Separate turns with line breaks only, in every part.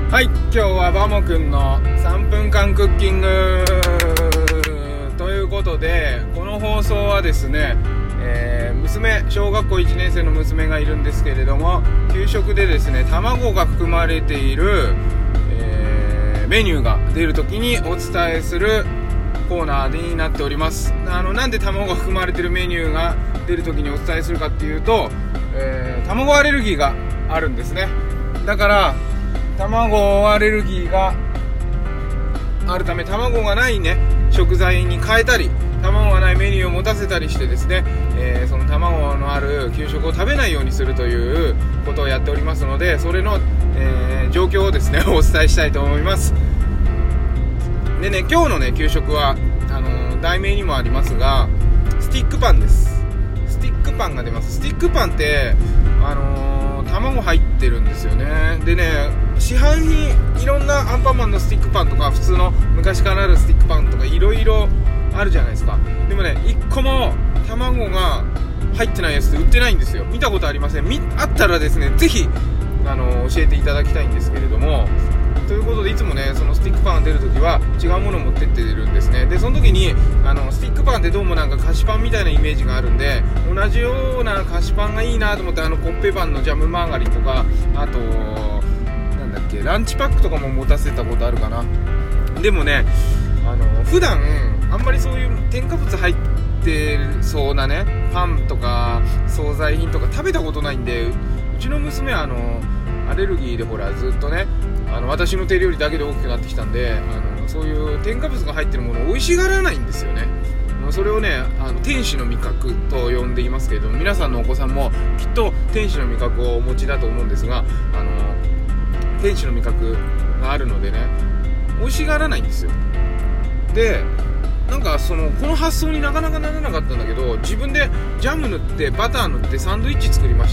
はい、今日はバモくんの3分間クッキングということで、この放送はですね、小学校1年生の娘がいるんですけれども、給食でですね、卵が含まれている、メニューが出るときにお伝えするコーナーになっております。なんで卵が含まれているメニューが出るときにお伝えするかっていうと、卵アレルギーがあるんですね。だから卵アレルギーがあるため、卵がないね食材に変えたり、卵がないメニューを持たせたりしてですね、その卵のある給食を食べないようにするということをやっておりますので、それの、状況をですねお伝えしたいと思います。でね、今日のね給食は題名にもありますが、スティックパンです。スティックパンが出ます。スティックパンって卵入ってるんですよね。でね、市販品いろんなアンパンマンのスティックパンとか、普通の昔からあるスティックパンとかいろいろあるじゃないですか。でもね、1個も卵が入ってないやつって売ってないんですよ。見たことありません。あったらですね、ぜひ教えていただきたいんですけれども、ということでいつもね、そのスティックパンが出るときは違うものを持ってってるんですね。でその時にスティックパンってどうもなんか菓子パンみたいなイメージがあるんで、同じような菓子パンがいいなと思って、コッペパンのジャムマーガリンとか、あとなんだっけ、ランチパックとかも持たせたことあるかな。でもね、普段あんまりそういう添加物入ってそうなねパンとか惣菜品とか食べたことないんで、うちの娘はアレルギーでほらずっとね、私の手料理だけで大きくなってきたんで、そういう添加物が入ってるものを美味しがらないんですよね。それをね、天使の味覚と呼んでいますけれども、皆さんのお子さんもきっと天使の味覚をお持ちだと思うんですが、天使の味覚があるのでね、美味しがらないんですよ。でなんかこの発想になかなかならなかったんだけど、自分でジャム塗ってバター塗ってサンドイッチ作りました。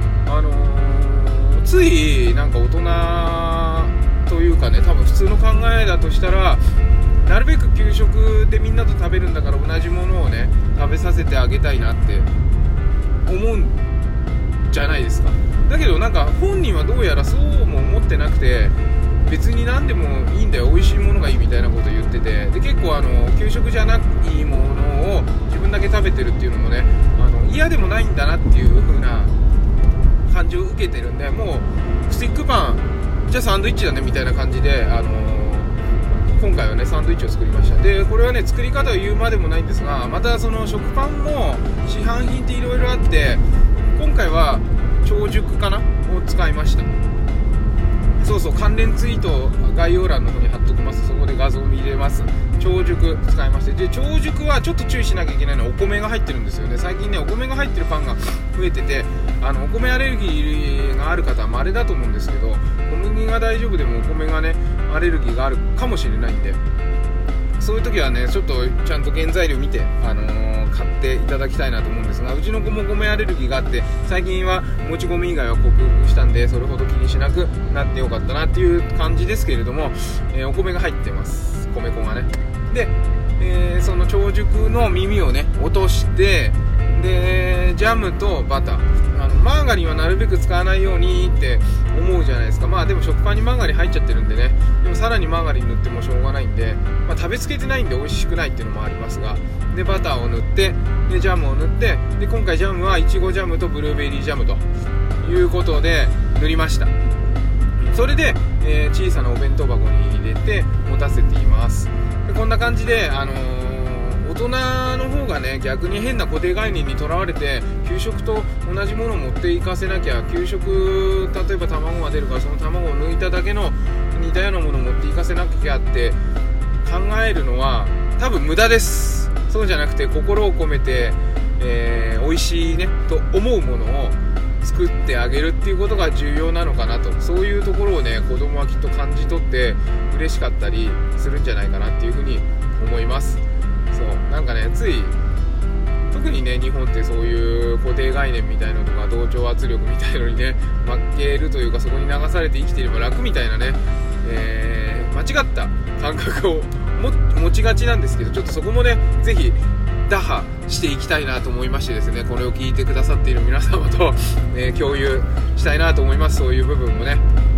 ついなんか大人というかね、多分普通の考えだとしたら、なるべく給食でみんなと食べるんだから同じものをね食べさせてあげたいなって思うんじゃないですか。だけどなんか本人はどうやらそうも思ってなくて、別に何でもいいんだよ、美味しいものがいいみたいなこと言ってて、で結構給食じゃないものを自分だけ食べてるっていうのもね、嫌でもないんだなっていう風な感じを受けてるんで、もうスティックパンじゃあサンドイッチだねみたいな感じで、今回はねサンドイッチを作りました。でこれはね作り方を言うまでもないんですが、またその食パンも市販品っていろいろあって、今回は超熟かなを使いました。そう関連ツイート概要欄の方に貼っときます。そこで画像を見れます。超熟使いまして、で超熟はちょっと注意しなきゃいけないのはお米が入ってるんですよね。最近ねお米が入ってるパンが増えてて、お米アレルギーがある方は稀だと思うんですけど、小麦が大丈夫でもお米がねアレルギーがあるかもしれないんで、そういう時はねちょっとちゃんと原材料見て、買っていただきたいなと思うんですが、うちの子も米アレルギーがあって、最近はもち米以外は克服したんで、それほど気にしなくなってよかったなっていう感じですけれども、お米が入ってます、米粉がね。で、その超熟の耳をね落として、でジャムとバター、マーガリンはなるべく使わないようにって思うじゃないですか。でも食パンにマーガリン入っちゃってるんでね、でもさらにマーガリン塗ってもしょうがないんで、食べつけてないんで美味しくないっていうのもありますが、でバターを塗って、でジャムを塗って、で今回ジャムはいちごジャムとブルーベリージャムということで塗りました。それで、小さなお弁当箱に入れて持たせています。でこんな感じで、大人の方がね逆に変な固定概念にとらわれて、給食と同じものを持っていかせなきゃ、給食例えば卵が出るからその卵を抜いただけの似たようなものを持っていかせなきゃって考えるのは多分無駄です。そうじゃなくて心を込めて、美味しいねと思うものを作ってあげるっていうことが重要なのかなと、そういうところをね子供はきっと感じ取って嬉しかったりするんじゃないかなっていうふうに思います。そうなんかね、つい特にね日本ってそういう固定概念みたいのとか同調圧力みたいのにね負けるというか、そこに流されて生きていれば楽みたいなね、間違った感覚を持ちがちなんですけど、ちょっとそこもねぜひ打破していきたいなと思いましてですね、これを聞いてくださっている皆様と、共有したいなと思います。そういう部分もね。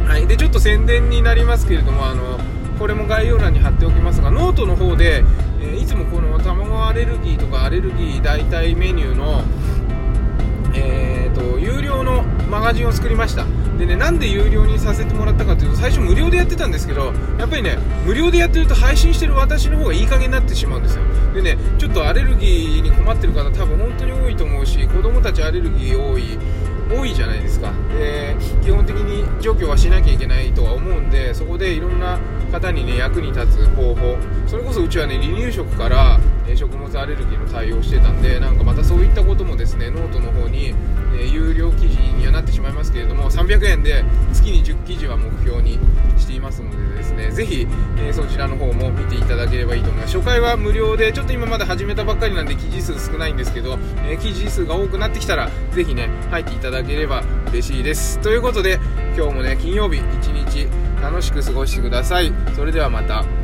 はい、でちょっと宣伝になりますけれども、これも概要欄に貼っておきますが、ノートの方で、いつもこの卵アレルギーとかアレルギー代替メニューの、有料のマガジンを作りました。でね、なんで有料にさせてもらったかというと、最初無料でやってたんですけど、やっぱりね、無料でやってると配信してる私の方がいい加減になってしまうんですよ。でね、ちょっとアレルギーに困ってる方多分本当に多いと思うし、子供たちアレルギー多いじゃないですか。で、基本的に除去はしなきゃいけないとは思うんで、そこでいろんな方にね、役に立つ方法、それこそうちはね、離乳食から食物アレルギーの対応してたんで、なんかまたそういったこともですね、ノートの方に、有料記事にはなってしまいますけれども、300円で月に10記事は目標にしていますのでですね、ぜひ、そちらの方も見ていただければいいと思います。初回は無料で、ちょっと今まだ始めたばっかりなんで記事数少ないんですけど、記事数が多くなってきたらぜひね、入っていただければ嬉しいです。ということで、今日もね、金曜日一日楽しく過ごしてください。それではまた。